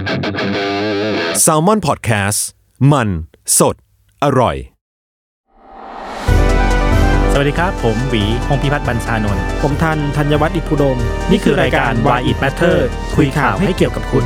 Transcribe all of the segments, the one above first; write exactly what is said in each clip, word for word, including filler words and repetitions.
Salmon Podcast มันสดอร่อยสวัสดีครับผมหวีพงษ์พิพัฒน์บัญชานนท์ผมทันธัญวัฒน์อิพุดมนี่คือรายการ Why It Matter คุยข่าวให้เกี่ยวกับคุณ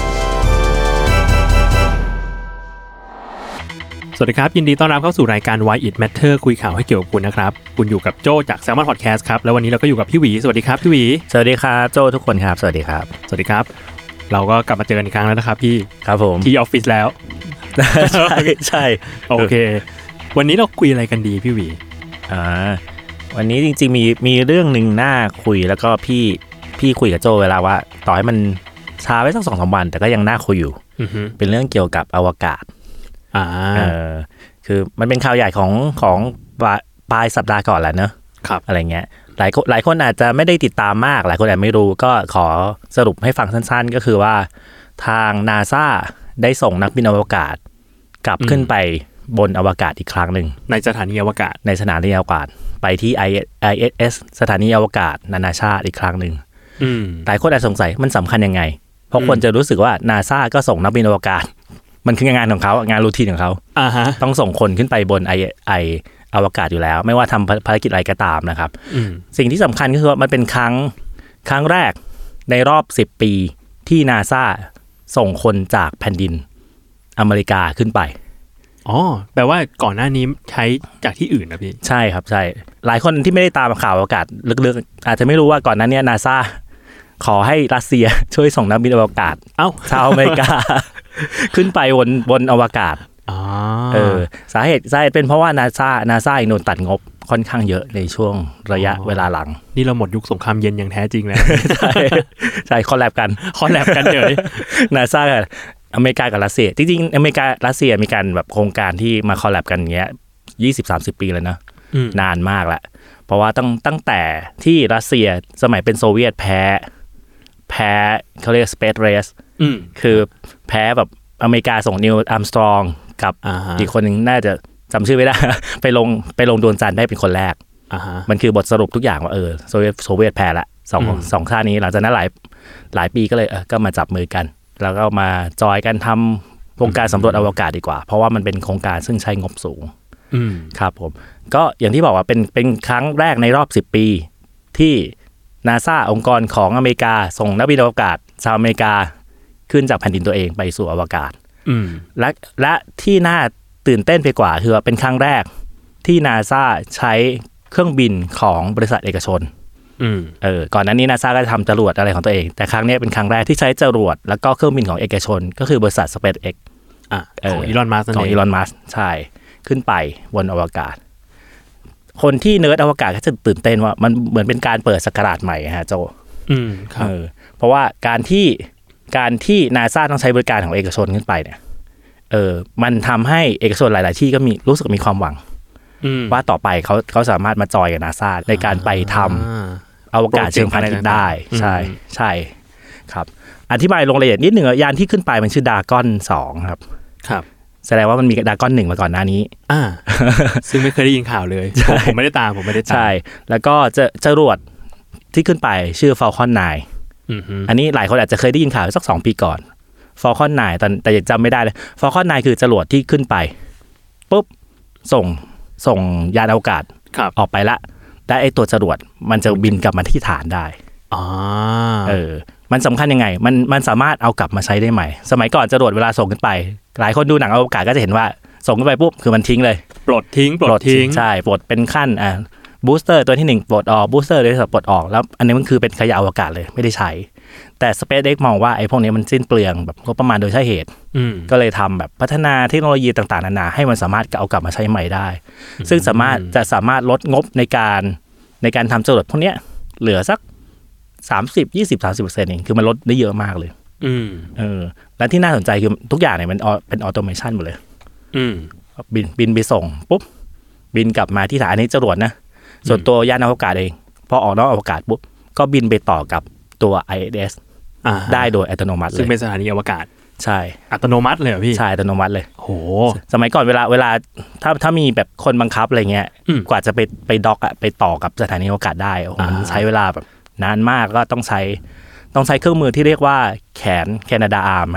สวัสดีครับยินดีต้อนรับเข้าสู่รายการ Why It Matter คุยข่าวให้เกี่ยวกับคุณนะครับคุณอยู่กับโจจาก Salmon Podcast ครับแล้ววันนี้เราก็อยู่กับพี่หวีสวัสดีครับพี่หวีสวัสดีครับโจทุกคนครับสวัสดีครับสวัสดีครับเราก็กลับมาเจอกันอีกครั้งแล้วนะครับพี่ครับผมที่ออฟฟิศแล้วใช่ใช่โอเควันนี้เราคุยอะไรกันดีพี่หวีอ่าวันนี้จริงๆมีมีเรื่องนึงน่าคุยแล้วก็พี่พี่คุยกับโจเวลาว่าต่อให้มันช้าไปสัก สองถึงสาม วันแต่ก็ยังน่าคุยอยู่เป็นเรื่องเกี่ยวกับอวกาศอ่าเออคือมันเป็นข่าวใหญ่ของของปลายสัปดาห์ก่อนแหละเนอะครับอะไรเงี้ยหลายหลายคนอาจจะไม่ได้ติดตามมากหลายคนอาจไม่รู้ก็ขอสรุปให้ฟังสั้นๆก็คือว่าทาง NASA ได้ส่งนักบินอวกาศกลับขึ้นไปบนอวกาศอีกครั้งหนึ่งในสถานีอวกาศในสถานีอวกาศไปที่ ไอ เอส เอส สถานีอวกาศนานาชาติอีกครั้งหนึ่งหลายคนอาจสงสัยมันสำคัญยังไงเพราะคนจะรู้สึกว่า NASA ก็ส่งนักบินอวกาศมันคืองานของเขางานรูทีนของเขาอ่าฮะต้องส่งคนขึ้นไปบนไอไออวกาศอยู่แล้วไม่ว่าทำภารกิจอะไรก็ตามนะครับสิ่งที่สำคัญก็คือว่ามันเป็นครั้งครั้งแรกในรอบสิบปีที่ NASA ส่งคนจากแผ่นดินอเมริกาขึ้นไปอ๋อแปลว่าก่อนหน้านี้ใช้จากที่อื่นนะพี่ใช่ครับใช่หลายคนที่ไม่ได้ตามข่าวอวกาศลึกๆอาจจะไม่รู้ว่าก่อนหน้านี้ NASA ขอให้รัสเซียช่วยส่งนักบินอวกาศเอ้าชาวอเมริกา ขึ้นไปบนบนอวกาศอ๋อเออสาเหตุสาเหตุเป็นเพราะว่า NASA NASA โดนตัดงบค่อนข้างเยอะในช่วงระยะเวลาหลังนี่เราหมดยุคสงครามเย็นอย่างแท้จริงแล้วใช่ใช่คอลแลบกันคอลแลบกันเลย NASA กับอเมริกากับรัสเซียจริงๆอเมริการัสเซียมีการแบบโครงการที่มาคอลแลบกันอย่างเงี้ย ยี่สิบถึงสามสิบ ปีแล้วนะนานมากละเพราะว่าตั้งตั้งแต่ที่รัสเซียสมัยเป็นโซเวียตแพ้แพ้เขาเรียก Space Race คือแพ้แบบอเมริกาส่งนิวอาร์มสตรองกับอีกคนนึงน่าจะจำชื่อไม่ได้ ไปลงไปลงดวงจันทร์ได้เป็นคนแรกมันคือบทสรุปทุกอย่างว่าเออโซเวียตโซเวียตแพ้ละสองสองชาตินี้หลังจากนั้นหลายหลายปีก็เลยเออก็มาจับมือกันแล้วก็มาจอยกันทำโครงการสำรวจอวกาศดีกว่าเพราะว่ามันเป็นโครงการซึ่งใช้งบสูงครับผมก็อย่างที่บอกว่าเป็นเป็นครั้งแรกในรอบสิบปีที่ NASA องค์กรของอเมริกาส่งนักบินอวกาศชาวอเมริกาขึ้นจากแผ่นดินตัวเองไปสู่อวกาศและและที่น่าตื่นเต้นไปกว่าคือว่าเป็นครั้งแรกที่ NASA ใช้เครื่องบินของบริษัทเอกชนเออก่อนหน้านี้ NASA ก็จะทำจรวดอะไรของตัวเองแต่ครั้งนี้เป็นครั้งแรกที่ใช้จรวดแล้วก็เครื่องบินของเอกชนก็คือบริษัท SpaceX อ่ะของอีลอนมัสก์ของอีลอนมัสก์ใช่ขึ้นไปบนอวกาศคนที่เนิร์ดอวกาศก็จะตื่นเต้นว่ามันเหมือนเป็นการเปิดศักราชใหม่ฮะโจอืมครับเออเพราะว่าการที่การที่ NASA ต้องใช้บริการของเอกชนขึ้นไปเนี่ยเออมันทำให้เอกชนหลายๆที่ก็มีรู้สึกมีความหวังว่าต่อไปเขาเขาสามารถมาจอยกับ NASA ในการไปทำอวกาศเชิงพาณิชย์ได้ใช่ใช่ครับอธิบายลงรายละเอียดนิดหนึ่งยานที่ขึ้นไปมันชื่อดากอนสองครับครับแสดงว่ามันมีดากอนหนึ่งมาก่อนหน้านี้อ่าซึ่งไม่เคยได้ยินข่าวเลยผมผมไม่ได้ตามผมไม่ได้ตามใช่แล้วก็จะจรวดที่ขึ้นไปชื่อ Falcon ไนน์อือฮึอันนี้หลายคนอาจจะเคยได้ยินข่าวสักสองปีก่อน Falcon ไนน์แต่แต่ยังจำไม่ได้เลย Falcon ไนน์คือจรวดที่ขึ้นไปปุ๊บส่งส่งยานอวกาศออกไปละได้ไอ้ตัวจรวดมันจะบินกลับมาที่ฐานได้อ๋อเออมันสำคัญยังไงมันมันสามารถเอากลับมาใช้ได้ใหม่สมัยก่อนจรวดเวลาส่งขึ้นไปหลายคนดูหนังอวกาศก็จะเห็นว่าส่งขึ้นไปปุ๊บคือมันทิ้งเลยปลดทิ้งปลดทิ้งใช่ปลดเป็นขั้นอ่ะบูสเตอร์ตัวที่หนึ่งปลดออกบูสเตอร์ตัวที่สองปลดออกแล้วอันนี้มันคือเป็นขยะอวกาศเลยไม่ได้ใช้แต่ SpaceX มองว่าไอ้พวกนี้มันสิ้นเปลืองแบบงบประมาณโดยใช่เหตุก็เลยทำแบบพัฒนาเทคโนโลยีต่างๆนานาให้มันสามารถเอากลับมาใช้ใหม่ได้ซึ่งสามารถจะสามารถลดงบในการในการทำจรวดพวกนี้เหลือสักสามสิบ ยี่สิบ สามสิบเปอร์เซ็นต์ เองคือมันลดได้เยอะมากเลยอืมเออและที่น่าสนใจคือทุกอย่างเนี่ยมันเป็นออโตเมชันหมดเลยอืมบินบินไปส่งปุ๊บบินกลับมาที่ฐานอันนี้จรวดนะส่วนตัวยานอวกาศเองพอออกนอกอวกาศปุ๊บก็บินไปต่อกับตัว ไอ เอส เอส ได้โดยอัตโนมัติเลยซึ่งเป็นสถานีอวกาศใช่อัตโนมัติเลยเหรอพี่ใช่อัตโนมัติเลยโหสมัยก่อนเวลาเวลาถ้าถ้ามีแบบคนบังคับอะไรเงี้ยกว่าจะไปไปด็อกอะไปต่อกับสถานีอวกาศได้โอ้โหมันใช้เวลาแบบนานมากก็ต้องใช้ต้องใช้เครื่องมือที่เรียกว่าแขนแคนาดาอาร์มฮะ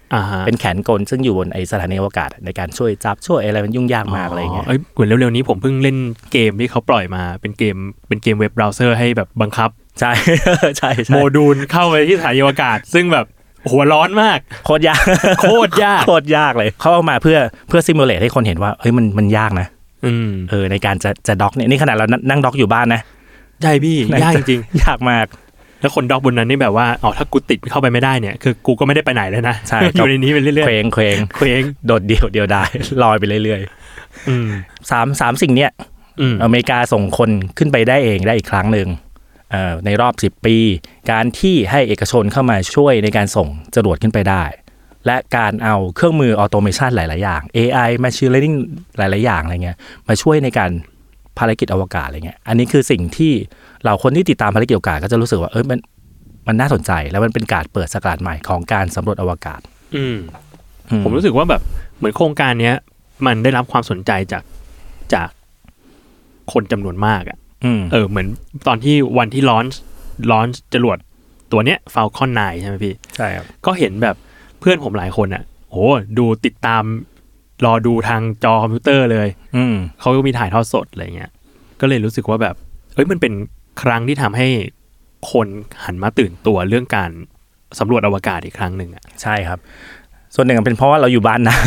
เป็นแขนกลซึ่งอยู่บนไอสถานีอวกาศในการช่วยจับช่วยอะไรมันยุ่งยากมากอะไรเงี้ยเอ้ยเหมือนเร็วๆนี้ผมเพิ่งเล่นเกมที่เขาปล่อยมาเป็นเกมเป็นเกมเว็บเบราว์เซอร์ให้แบบบังคับใช่ ใช่โมดูลเข้าไปที่สถานีอวกาศซึ่งแบบหัวร้อนมากโคตรยากโคตรยากโคตรยากเลยเขาเอามาเพื่อเพื่อซิมูเลตให้คนเห็นว่าเฮ้ยมันมันยากนะอืมเออในการจะจะด็อกเนี่ยนี่ขนาดเรานั่งด็อกอยู่บ้านนะใช่พี่ยากจริงๆยากมากแล้วคนด็อกบนนั้นนี่แบบว่าอ๋อถ้ากูติดเข้าไปไม่ได้เนี่ยคือกูก็ไม่ได้ไปไหนเลยนะใช่อยู่ในนี้ไปเรื่อยๆเคว้งเคว้งเคว้งโดดเดี่ยวเดียวดายลอยไปเรื่อยๆอืมสามสามสิ่งเนี้ยอเมริกาส่งคนขึ้นไปได้เองได้อีกครั้งนึงเอ่อในรอบสิบปีการที่ให้เอกชนเข้ามาช่วยในการส่งจรวดขึ้นไปได้และการเอาเครื่องมือออโตเมชันหลายๆอย่าง เอ ไอ Machine Learning หลายๆอย่างอะไรเงี้ยมาช่วยในการภารกิจอวกาศอะไรเงี้ยอันนี้คือสิ่งที่เราคนที่ติดตามภารกิจอวกาศก็จะรู้สึกว่าเออมันมันน่าสนใจแล้วมันเป็นการเปิดสกราชใหม่ของการสำรวจอวกาศอืมผมรู้สึกว่าแบบเหมือนโครงการเนี้ยมันได้รับความสนใจจากจากคนจำนวนมากอ่ะเออเหมือนตอนที่วันที่ลอนช์ลอนช์จรวดตัวเนี้ย Falcon ไนน์ ใช่ไหมพี่ใช่ครับก็เห็นแบบเพื่อนผมหลายคนอ่ะโหดูติดตามรอดูทางจอคอมพิวเตอร์เลยอืมเขาก็มีถ่ายทอดสดอะไรเงี้ยก็เลยรู้สึกว่าแบบเอ้ยมันเป็นครั้งที่ทำให้คนหันมาตื่นตัวเรื่องการสำรวจอวกาศอีกครั้งหนึ่งอ่ะใช่ครับส่วนหนึ่งเป็นเพราะว่าเราอยู่บ้านนาน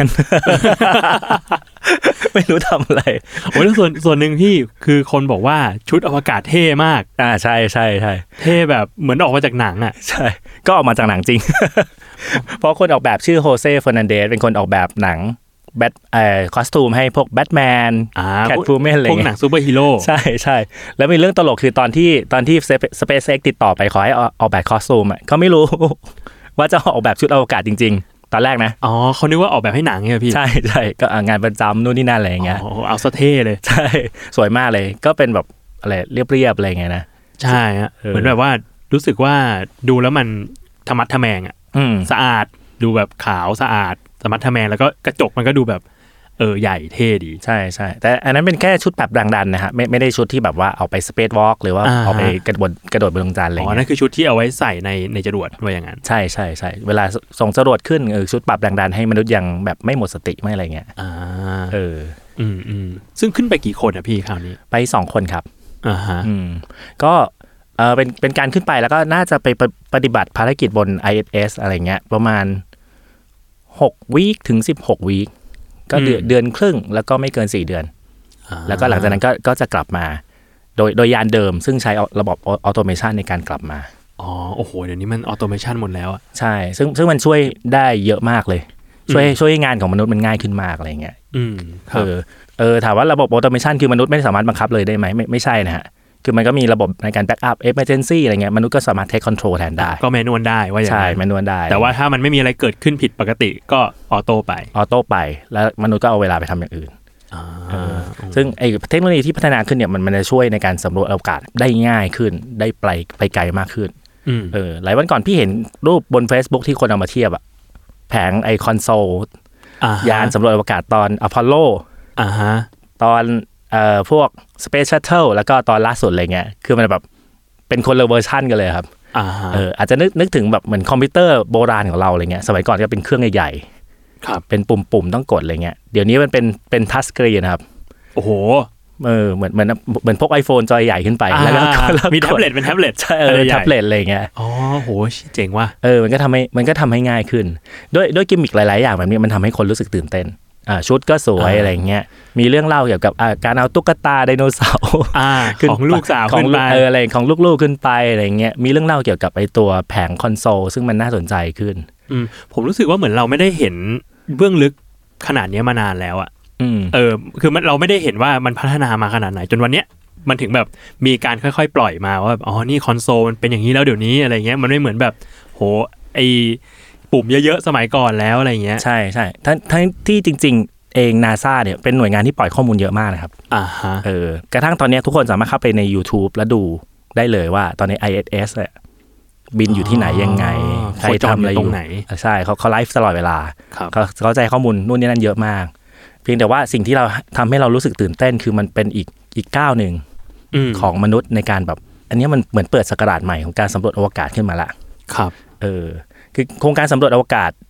ไม่รู้ทำอะไรโอ้ยแล้วส่วนส่วนหนึ่งที่คือคนบอกว่าชุดอวกาศเท่มากอ่าใช่ใช่ใช่เท่แบบเหมือนออกมาจากหนังอ่ะใช่ก็ออกมาจากหนังจริง เพราะคนออกแบบชื่อโฮเซ่เฟอร์นันเดสเป็นคนออกแบบหนังแบทเอ่อคอสตูมให้พวกแบทแมนแคทวูแมนอะไรพวกหนังซูเปอร์ฮีโร่ใช่ใช่แล้วมีเรื่องตลกคือตอนที่ตอนที่ SpaceX ติดต่อไปขอให้ออกแบบคอสตูมอ่ะเขาไม่รู้ ว่าจะออกแบบชุดอวกาศจริงๆตอนแรกนะอ๋อเขานึกว่าออกแบบให้หนังไงพี่ใช่ใช่ก็งานประจำนู่นนี่นั่นอะไรอย่างเงี้ยอ๋อเอาซะเท่เลยใช่สวยมากเลยก็เป็นแบบอะไรเรียบๆอะไรอย่างเงี้ยนะใช่ฮะเหมือนแบบว่ารู้สึกว่าดูแล้วมันธรรมัดทะแมงอ่ะสะอาดดูแบบขาวสะอาดธรรมัดทะแมงแล้วก็กระจกมันก็ดูแบบเออใหญ่เท่ดีใช่ใช่แต่อันนั้นเป็นแค่ชุดแบบแรงดันนะฮะไม่ไม่ได้ชุดที่แบบว่าเอาไปสเปซวอล์กหรือว่าเอาไปกระโดดกระโดดบนดวงจันทร์อะไรอย่างเงี้ยอ๋อนั่นคือชุดที่เอาไว้ใส่ในในจรวดว่าอย่างนั้นใช่ใช่ใช่เวลาส่งจรวดขึ้นเออชุดปรับแรงดันให้มนุษย์ยังแบบไม่หมดสติไม่อะไรเงี้ยอ่าเอออืมอืมซึ่งขึ้นไปกี่คนอ่ะพี่คราวนี้ไปสองคนครับอ่าฮะอืมก็เออเป็นเป็นการขึ้นไปแล้วก็น่าจะไปปฏิบัติภารกิจบน ไอ เอส เอส อะไรเงี้ยประมาณหกวีคถึงสิบหกวีคก็เดือนเดือนครึ่งแล้วก็ไม่เกินสี่เดือนแล้วก็หลังจากนั้นก็ก็จะกลับมาโดยโดยยานเดิมซึ่งใช้ระบบออโตเมชันในการกลับมาอ๋อโอ้โหเดี๋ยวนี้มันออโตเมชันหมดแล้วอ่ะใช่ซึ่งซึ่งมันช่วยได้เยอะมากเลยช่วยช่วยงานของมนุษย์มันง่ายขึ้นมากอะไรเงี้ยอืมเออเออถามว่าระบบออโตเมชันคือมนุษย์ไม่สามารถบังคับเลยได้ไหมไม่ไม่ใช่นะฮะคือมันก็มีระบบในการแบ็กอัพเอเมอร์เจนซี่อะไรเงี้ยมนุษย์ก็สามารถเทคคอนโทรลแทนได้ก็แมนนวลได้ว่าอย่างนั้นใช่แมนนวลได้แต่ว่าถ้ามันไม่มีอะไรเกิดขึ้นผิดปกติก็ออโต้ไปออโต้ไปแล้วมนุษย์ก็เอาเวลาไปทำอย่างอื่นซึ่งไอ้เทคโนโลยีที่พัฒนาขึ้นเนี่ยมันมันจะช่วยในการสำรวจอวกาศได้ง่ายขึ้นได้ไปไปไกลมากขึ้นเออหลายวันก่อนพี่เห็นรูปบน Facebook ที่คนเอามาเทียบอะแผงไอคอนโซลยานสำรวจอวกาศตอนอพอลโลอ่าฮะตอนเอ่อพวก Space Shuttle แล้วก็ตอนล่าสุดอะไรเงี้ยคือมันแบบเป็นคนละเวอร์ชั่นกันเลยครับอ่าเอออาจจะนึกนึกถึงแบบเหมือนคอมพิวเตอร์โบราณของเราอะไรเงี้ยสมัยก่อนก็เป็นเครื่องใหญ่ๆครับเป็นปุ่มๆต้องกดอะไรเงี้ยเดี๋ยวนี้มันเป็นเป็นทัชสกรีนนะครับโอ้โหเออเหมือนเหมือนเหมือนพก iPhone จอยใหญ่ขึ้นไปแล้วก็มีแท็บเล็ตเป็นแท็บเล็ตใช่เออแท็บเล็ตอะไรเงี้ยอ๋อโหเจ๋งว่ะเออมันก็ทำให้มันก็ทำให้ง่ายขึ้นด้วยด้วยกิมมิคหลายๆอย่างแบบนี้มันทำให้คนรู้สึกตื่นเต้นอ่าชุดก็สวยอะไรเงี้ยมีเรื่องเล่าเกี่ยวกับการเอาตุ๊กตาไดโนเสาร์ของลูกสาวขึ้นไปเอออะไรของลูกๆขึ้นไปอะไรเงี้ยมีเรื่องเล่าเกี่ยวกับไอ้ตัวแผงคอนโซลซึ่งมันน่าสนใจขึ้นอืมผมรู้สึกว่าเหมือนเราไม่ได้เห็นเบื้องลึกขนาดนี้มานานแล้วอ่ะเออคือมันเราไม่ได้เห็นว่ามันพัฒนามาขนาดไหนจนวันเนี้ยมันถึงแบบมีการค่อยๆปล่อยมาว่าอ๋อนี่คอนโซลมันเป็นอย่างนี้แล้วเดี๋ยวนี้อะไรเงี้ยมันไม่เหมือนแบบโหไอปุ่มเยอะๆสมัยก่อนแล้วอะไรเงี้ยใช่ใช่ทั้งทั้งที่จริงๆเอง NASA เนี่ยเป็นหน่วยงานที่ปล่อยข้อมูลเยอะมากนะครับอ่าฮะเออกระทั่งตอนนี้ทุกคนสามารถเข้าไปใน YouTube แล้วดูได้เลยว่าตอนนี้ ไอ เอส เอส เนี่ยบินอยู่ที่ไหนยังไงใครทำอะไรอยู่ใช่เขาเขาไลฟ์ตลอดเวลาเขาเข้าใจข้อมูลนู่นนี่นั่นเยอะมากเพียงแต่ว่าสิ่งที่เราทำให้เรารู้สึกตื่นเต้นคือมันเป็นอีกอีกก้าวหนึ่งของมนุษย์ในการแบบอันนี้มันเหมือนเปิดศักราชใหม่ของการสำรวจอวกาศขึ้นมาละครับเออคือโครงการสำรวจอวกาศ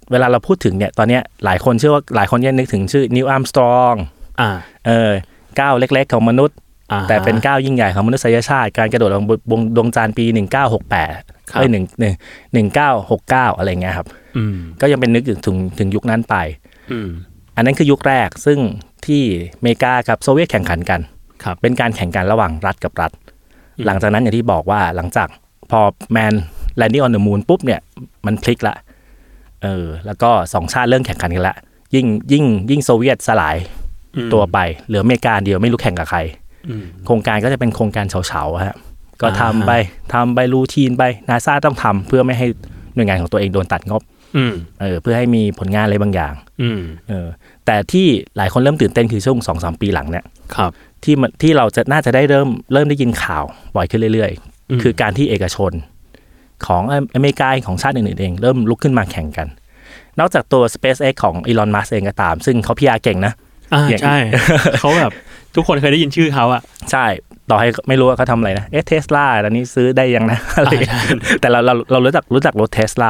เวลาเราพูดถึงเนี่ยตอนเนี้ยหลายคนเชื่อว่าหลายคนยังนึกถึงชื่อนิวอาร์มสตรองอ่าเออก้าวเล็กๆของมนุษย์แต่เป็นก้าวยิ่งใหญ่ของมนุษยชาติการกระโดดลงบนดวงจันทร์ปีหนึ่งเก้าหกแปดเอ้ยหนึ่งหนึ่งหนึ่งเก้าหกเก้าอะไรเงี้ยครับก็ยังเป็นนึกถึงถึงยุคนั้นไปอันนั้นคือยุคแรกซึ่งที่อเมริกากับโซเวียตแข่งขันกันเป็นการแข่งกันระหว่างรัฐกับรัฐหลังจากนั้นอย่างที่บอกว่าหลังจากพอแมนแลนดิ้งออนเดอะมูนปุ๊บเนี่ยมันพลิกละเออแล้วก็สองชาติเริ่มแข่งขันกันละยิ่งยิ่งยิ่งโซเวียตสลายตัวไปเหลืออเมริกาเดียวไม่รู้แข่งกับใครโครงการก็จะเป็นโครงการเฉาๆฮะก็ทำไปทำไปรูทีนไปนาซาต้องทำเพื่อไม่ให้หน่วยงานของตัวเองโดนตัดงบเออเพื่อให้มีผลงานอะไรบางอย่างเออแต่ที่หลายคนเริ่มตื่นเต้นคือช่วง สองสาม ปีหลังเนี่ยที่ที่เราจะน่าจะได้เริ่มเริ่มได้ยินข่าวบ่อยขึ้นเรื่อยๆคือการที่เอกชนของอเมริกาของชาติอื่นๆเองเริ่มลุกขึ้นมาแข่งกันนอกจากตัว SpaceX ของ Elon Musk เองก็ตามซึ่งเขา พี อาร์ เก่งนะอ่าใช่ เขาแบบทุกคนเคยได้ยินชื่อเขาอ่ะใช่ต่อให้ไม่รู้ว่าเขาทำอะไรนะเอ๊ะ Tesla ตอนนี้ซื้อได้ยังนะอะไรแต่เราเราเรารู้จักรู้จักรถ Tesla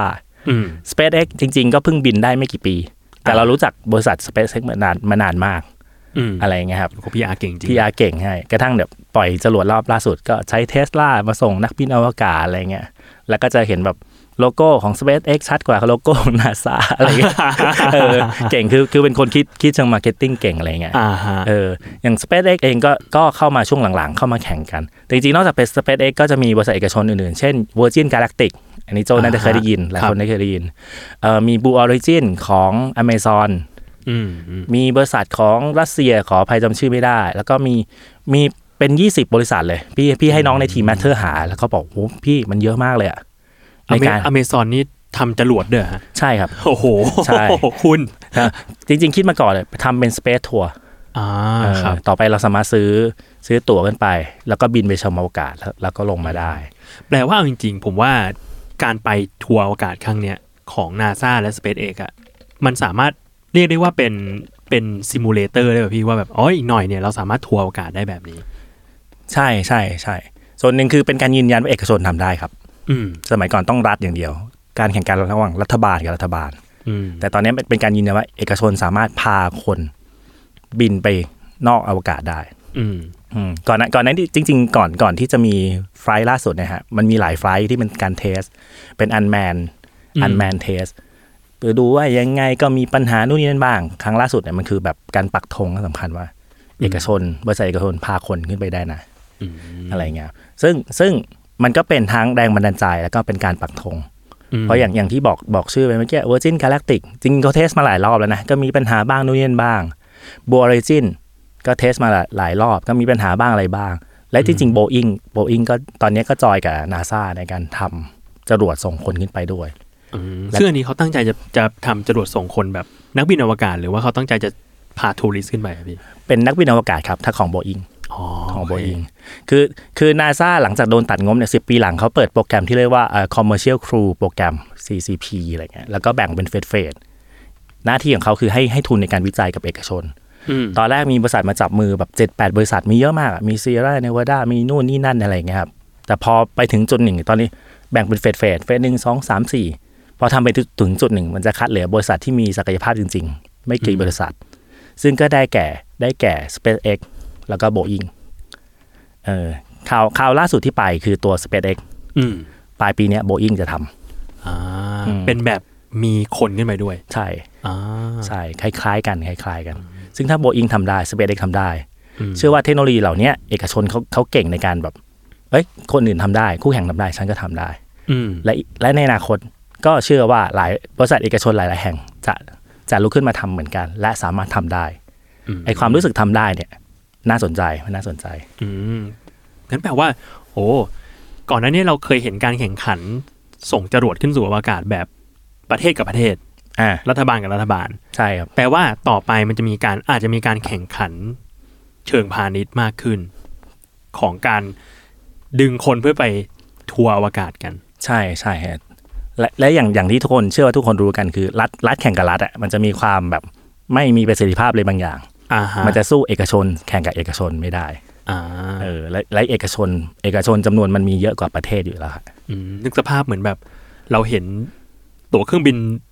SpaceX จริงๆก็เพิ่งบินได้ไม่กี่ปีแต่เรารู้จักบริษัท SpaceX มานานมานานมากอะไรเงี้ยครับพี อาร์ เก่งจริงพี อาร์ เก่งให้กระทั่งแบบปล่อยจรวดรอบล่าสุดก็ใช้ Tesla มาส่งนักบินอวกาศอะไรเงี้ยแล้วก็จะเห็นแบบโลโก้ของ SpaceX ชัดกว่าโลโก้ของ NASA อะไรเงี้ยเออเก่งคือคือเป็นคนคิดคิดเชิงมาร์เก็ตติ้งเก่งอะไรเงี้ยเอออย่าง SpaceX เองก็ก็เข้ามาช่วงหลังๆเข้ามาแข่งกันแต่จริงๆนอกจากเป็น SpaceX ก็จะมีบริษัทเอกชนอื่นๆเช่น Virgin Galactic อันนี้โจน่าจะเคยได้ยินหลายคนได้เคยได้ยินเอ่อมี Blue Origin ของ Amazon มีบริษัทของรัสเซียขออภัยจำชื่อไม่ได้แล้วก็มีมีเป็นยี่สิบบริษัทเลยพี่พี่ให้น้องในทีม Matter หาแล้วเขาบอกโหพี่มันเยอะมากเลยอ่ะในการ Amazon นี่ทำจรวดด้วยฮะใช่ครับโอ้โหใช่คุณจริงๆคิดมาก่อนเลยทำเป็น Space Tour อ่าครับต่อไปเราสามารถซื้อซื้อตั๋วกันไปแล้วก็บินไปชมอวกาศแล้วก็ลงมาได้แปลว่าจริงๆผมว่าการไปทัวร์อวกาศครั้งเนี้ยของ NASA และ SpaceX อ่ะมันสามารถเรียกได้ว่าเป็นเป็นซิมูเลเตอร์ได้ป่ะพี่ว่าแบบอ๋ออีกหน่อยเนี่ยเราสามารถทัวร์อวกาศได้แบบนี้ใช่ใช่ใช่ส่วนหนึ่งคือเป็นการยืนยันว่าเอกชนทำได้ครับสมัยก่อนต้องรัฐอย่างเดียวการแข่งกันระหว่างรัฐบาลกับรัฐบาลแต่ตอนนี้เป็นการยืนยันว่าเอกชนสามารถพาคนบินไปนอกอวกาศได้ก่อนนั้นก่อนนั้นจริงๆก่อนก่อนที่จะมีไฟล์ล่าสุดนะฮะมันมีหลายไฟล์ที่เป็นการเทสเป็นอันแมนอันแมนเทสเพื่อดูว่ายังไงก็มีปัญหานู่นนี่นั่นบ้างครั้งล่าสุดเนี่ยมันคือแบบการปักธงสำคัญว่าเอกชนบริษัทเอกชนพาคนขึ้นไปได้นะอะไรเงี้ยซึ่งซึ่งมันก็เป็นทั้งแรงบันดาลใจแล้วก็เป็นการปักธงเพราะอย่างอย่างที่บอกบอกชื่อไปเมื่อกี้ Virgin Galactic จริงเขาเทสมาหลายรอบแล้วนะก็มีปัญหาบ้างนู่นนี่นั่นบ้าง Blue Origin ก็เทสมาหลายรอบก็มีปัญหาบ้างอะไรบ้างและจริงๆ Boeing Boeing ก็ตอนนี้ก็จอยกับ NASA ในการทำจรวดส่งคนขึ้นไปด้วยซึ่งอันนี้เขาตั้งใจจะจะทำจรวดส่งคนแบบนักบินอวกาศหรือว่าเขาตั้งใจจะพาทัวริสต์ขึ้นไปพี่เป็นนักบินอวกาศครับถ้าของ Boeing ของ Boeing คือคือ NASA หลังจากโดนตัดงบเนี่ยสิบปีหลังเขาเปิดโปรแกรมที่เรียกว่าเอ่อ Commercial Crew โปรแกรม ซี ซี พี อะไรเงี้ยแล้วก็แบ่งเป็นเฟสเฟสหน้าที่ของเขาคือให้ให้ทุนในการวิจัยกับเอกชนตอนแรกมีบริษัทมาจับมือแบบ เจ็ดแปด บริษัทมีเยอะมากมี Sierra Nevada มีนู่นนี่นั่นอะไรเงี้ยครับแต่พอไปถึงจุดหนึ่งตอนนี้แบ่งเป็นเฟสเฟสเฟสหนึ่ง สอง สาม สี่พอทำไปถึงจุดหนึ่งมันจะคัดเหลือบริษัทที่มีศักยภาพจริงๆไม่กี่บริษัทซึ่งก็ได้แก่ได้แก่ SpaceX แล้วก็ Boeing เออข่าวข่าวล่าสุดที่ไปคือตัว SpaceX ปลายปีนี้ Boeing จะทำอ่าเป็นแบบมีคนขึ้นไปด้วยใช่อ่าใช่คล้ายๆกันคล้ายๆกันซึ่งถ้า Boeing ทำได้ SpaceX ทำได้เชื่อว่าเทคโนโลยีเหล่านี้เอกชนเขาเขาเก่งในการแบบเอ้ยคนอื่นทำได้คู่แข่งทำได้ฉันก็ทำได้และและในอนาคตก็เชื่อว่าหลายบริษัทเอกชนหลายๆแห่งจะจะลุกขึ้นมาทำเหมือนกันและสามารถทำได้ไอความรู้สึกทำได้เนี่ยน่าสนใจมันน่าสนใจอืมงั้นแปลว่าโอ้ก่อนหน้านี้เราเคยเห็นการแข่งขันส่งจรวดขึ้นสู่อวกาศแบบประเทศกับประเทศอ่ารัฐบาลกับรัฐบาลใช่ครับแปลว่าต่อไปมันจะมีการอาจจะมีการแข่งขันเชิงพาณิชย์มากขึ้นของการดึงคนเพื่อไปทัวร์อวกาศกันใช่ใช่ฮะและและอย่างอย่างที่ทุกคนเชื่อว่าทุกคนรู้กันคือรัฐรัฐแข่งกับรัฐอ่ะมันจะมีความแบบไม่มีประสิทธิภาพเลยบางอย่างมันจะสู้เอกชนแข่งกับเอกชนไม่ได้เออและและเอกชนเอกชนจำนวนมันมีเยอะกว่าประเทศอยู่แล้วครับนึกสภาพเหมือนแบบเราเห็นตั๋วเครื่องบิน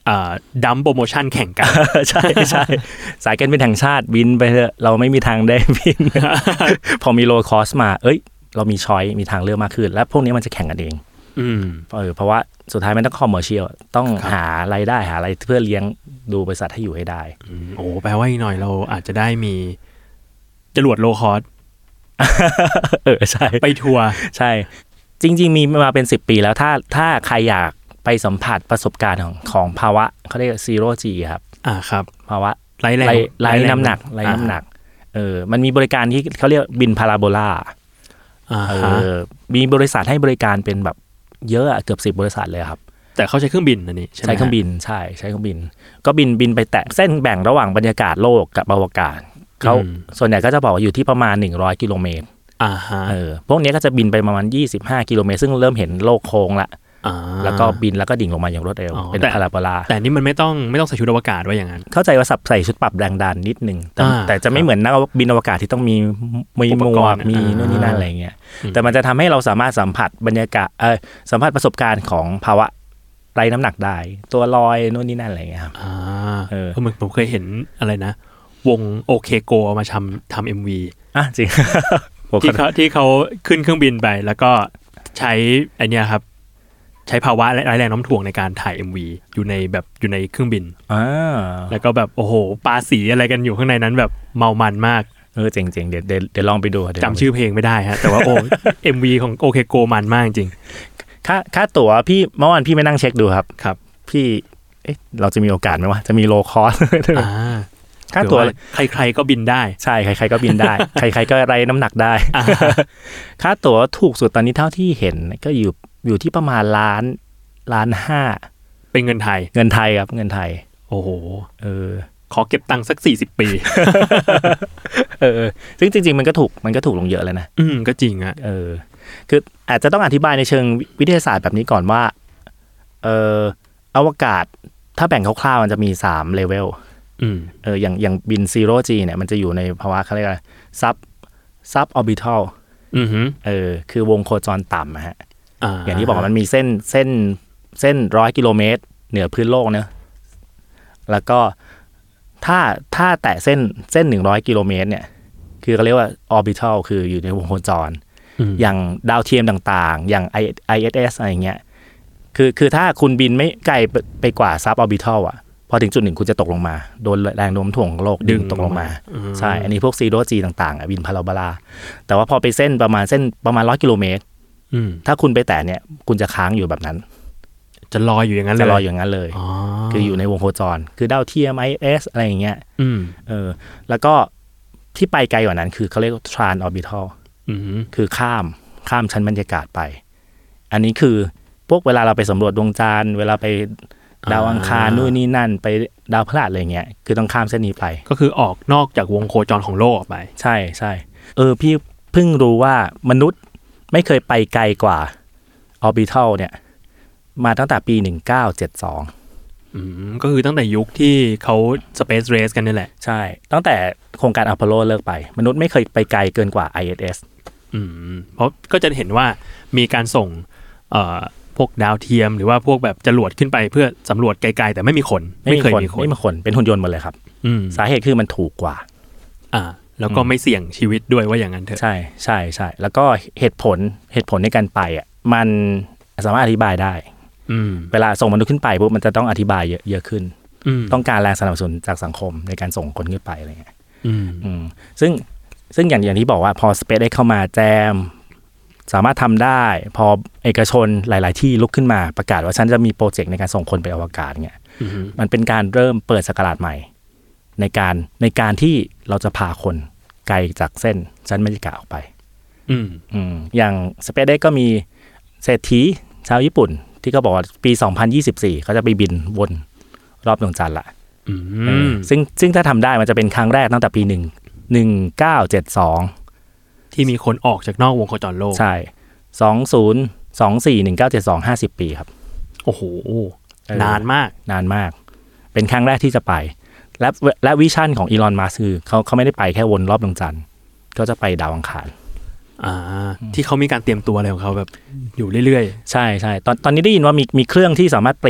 ดัมโปรโมชั่นแข่งกันใช่ใช่สายการบินแห่งชาติบินไปเถอะเราไม่มีทางได้บิน พอมีโลคอสมาเอ้ยเรามีช้อยมีทางเลือกมากขึ้นและพวกนี้มันจะแข่งกันเองเออเพราะว่าสุดท้ายมันต้องคอมเมอร์เชียลต้องหารายได้หาอะไรเพื่อเลี้ยงดูบริษัทให้อยู่ให้ได้โอ้แปลว่าอีกหน่อยเราอาจจะได้มีจรวดโลคอสเออใช่ไปทัวร์ใช่จริงๆมีมาเป็นสิบปีแล้วถ้าถ้าใครอยากไปสัมผัสประสบการณ์ของของภาวะเขาเรียก zero G ครับอ่าครับภาวะไร้แรงไร้น้ำหนักไร้น้ำหนักเออมันมีบริการที่เขาเรียกบินพาราโบลาเออมีบริษัทให้บริการเป็นแบบเยอะเกือบสิบบริษัทเลยครับแต่เขาใช้เครื่องบินอันนี้ใช่ไหมใช้เครื่องบินใช่ใช้เครื่องบินก็บินบินไปแตะเส้นแบ่งระหว่างบรรยากาศโลกกับอวกาศเขาส่วนใหญ่ก็จะบอกว่าอยู่ที่ประมาณหนึ่งร้อยกิโลเมตรอ่าฮะเออพวกนี้ก็จะบินไปประมาณยี่สิบห้ากิโลเมตรซึ่งเริ่มเห็นโลกโค้งละแล้วก็บินแล้วก็ดิ่งลงมาอย่างรวดเร็วเป็นพาราโบลาแต่นี่มันไม่ต้องไม่ต้องใส่ชุดอวกาศไว้อย่างนั้นเข้าใจว่าสับใส่ชุดปรับแรงดันนิดนึงแต่แต่จะไม่เหมือนนักบินอวกาศที่ต้องมีมีหมวกมีนู่นนี่นั่นอะไรเงี้ยแต่มันจะทำให้เราสามารถสัมผัสบรรยากาศเออสัมผัสประสบการณ์ของภาวะไร้น้ำหนักได้ตัวลอยนู่นนี่นั่นอะไรเงี้ยครับอ่าเออเหมือนผมเคยเห็นอะไรนะวงโอเคโกมาทำทำเอ็มวีอ่ะจริงที่เขาที่เขาขึ้นเครื่องบินไปแล้วก็ใช้ไอเนี้ยครับใช้ภาวะไร้แรงโน้มถ่วงในการถ่าย เอ็ม วี อยู่ในแบบอยู่ในเครื่องบินอ่าแล้วก็แบบโอ้โหปาสีอะไรกันอยู่ข้างในนั้นแบบเมามันมากเออเจ๋งๆเดี๋ยวเดี๋ยวลองไปดูจำชื่อเพลงไม่ได้ฮะแต่ว่าโอ้ เอ็ม วี ของโอเคโกมันมากจริงค่าค่าตั๋วพี่เมื่อวานพี่ไปนั่งเช็คดูครับครับพี่เอ๊ะเราจะมีโอกาสไหมวะจะมีโลคอสอ่าค่าตั๋วใครๆก็บินได้ใช่ใครๆก็บินได้ใครๆก็ไร้น้ำหนักได้ค่าตั๋วถูกสุดตอนนี้เท่าที่เห็นก็อยู่อยู่ที่ประมาณล้านล้านห้าเป็นเงินไทยเงินไทยครับเงินไทยโอ้โหเออขอเก็บตังค์สักสี่สิบปีเออซึ่งจริงๆมันก็ถูกมันก็ถูกลงเยอะแล้วนะอืมก็จริงอ่ะเออคืออาจจะต้องอธิบายในเชิงวิทยาศาสตร์แบบนี้ก่อนว่าเอออวกาศถ้าแบ่งคร่าวๆมันจะมีสามเลเวลเอออย่างอย่างบิน zero G เนี่ยมันจะอยู่ในภาวะเขาเรียกว่าซับซับออร์บิทัลอือฮึเออคือวงโคจรต่ำฮะอย่างที่บอกมันมีเส้นเส้นเส้นร้อยกิโลเมตรเหนือพื้นโลกเนอะแล้วก็ถ้าถ้าแตะเส้นเส้นหนึ่งร้อยกิโลเมตรเนี่ยคือเขาเรียกว่าออร์บิทัลคืออยู่ในวงโคจรอย่างดาวเทียมต่างๆอย่าง ไอ เอส เอส อะไรเงี้ยคือคือถ้าคุณบินไม่ไกลไปกว่าซับออร์บิทัลอ่ะพอถึงจุดหนึ่งคุณจะตกลงมาโดนแรงโน้มถ่วงของโลกดึงตกลงมาใช่อันนี้พวกซีโร่จีต่างๆอ่ะบินพาราโบลาแต่ว่าพอไปเส้นประมาณเส้นประมาณร้อยกิโลเมตรถ้าคุณไปแตะเนี่ยคุณจะค้างอยู่แบบนั้นจะลอยอยู่อย่างนั้นเลยจะลอยอย่างนั้นเลยคืออยู่ในวงโคจรคือดาวเทียม ไอ เอส อะไรอย่างเงี้ยเออแล้วก็ที่ไปไกลกว่านั้นคือเขาเรียกทรานออร์บิทัลคือข้ามข้ามชั้นบรรยากาศไปอันนี้คือพวกเวลาเราไปสำรวจดวงจันทร์เวลาไปดาวอังคารนู่นนี่นั่นไปดาวพฤหัสอะไรเงี้ยคือต้องข้ามเส้นนี้ไปก็คือออกนอกจากวงโคจรของโลกออกไปใช่ใช่เออพี่เพิ่งรู้ว่ามนุษย์ไม่เคยไปไกลกว่าออร์บิทัลเนี่ยมาตั้งแต่ปีหนึ่งพันเก้าร้อยเจ็ดสิบสองอืมก็คือตั้งแต่ยุคที่เขา Space Race กันนี่แหละใช่ตั้งแต่โครงการอพอลโลเลิกไปมนุษย์ไม่เคยไปไกลเกินกว่า ไอ เอส เอสอืมเพราะก็จะเห็นว่ามีการส่งเอ่อพวกดาวเทียมหรือว่าพวกแบบจรวดขึ้นไปเพื่อสำรวจไกลๆแต่ไม่มีคนไม่เคยมีคนไม่มีคนเป็นหุ่นยนต์หมดเลยครับสาเหตุคือมันถูกกว่าอ่าแล้วก็ไม่เสี่ยงชีวิตด้วยว่าอย่างนั้นเถอะใช่ใช่ใช่แล้วก็เหตุผลเหตุผลในการไปอ่ะมันสามารถอธิบายได้เวลาส่งมนุษย์ขึ้นไปปุ๊บมันจะต้องอธิบายเยอะเยอะขึ้นต้องการแรงสนับสนุนจากสังคมในการส่งคนขึ้นไปอะไรเงี้ยซึ่งซึ่งอย่างอย่างที่บอกว่าพอ Space ได้เข้ามาแจมสามารถทำได้พอเอกชนหลายๆที่ลุกขึ้นมาประกาศว่าฉันจะมีโปรเจกต์ในการส่งคนไปอวกาศเงี้ยมันเป็นการเริ่มเปิดศักราชใหม่ในการในการที่เราจะพาคนไกลจากเส้นชั้นบรรยากาศออกไปอืมอืมอย่าง SpaceX ก็มีเศรษฐีชาวญี่ปุ่นที่เขาบอกว่าปีสองพันยี่สิบสี่เขาจะไปบินวนรอบดวงจันทร์ละอืมซึ่งซึ่งถ้าทำได้มันจะเป็นครั้งแรกตั้งแต่ปีหนึ่งหนึ่งเก้าเจ็ดสองที่มีคนออกจากนอกวงโคจรโลกใช่สองศูนย์สองสี่หนึ่งเก้าเจ็ดสองห้าสิบปีครับโอ้โหนานมากนานมากเป็นครั้งแรกที่จะไปและและวิชั่นของอีลอนมัสก์คือเขาเขาไม่ได้ไปแค่วนรอบดวงจันทร์ก็จะไปดาวอังคารอ่าที่เขามีการเตรียมตัวอะไรของเขาแบบอยู่เรื่อยๆใช่ใช่ตอนตอนนี้ได้ยินว่ามีมีเครื่องที่สามารถเปลี่ยน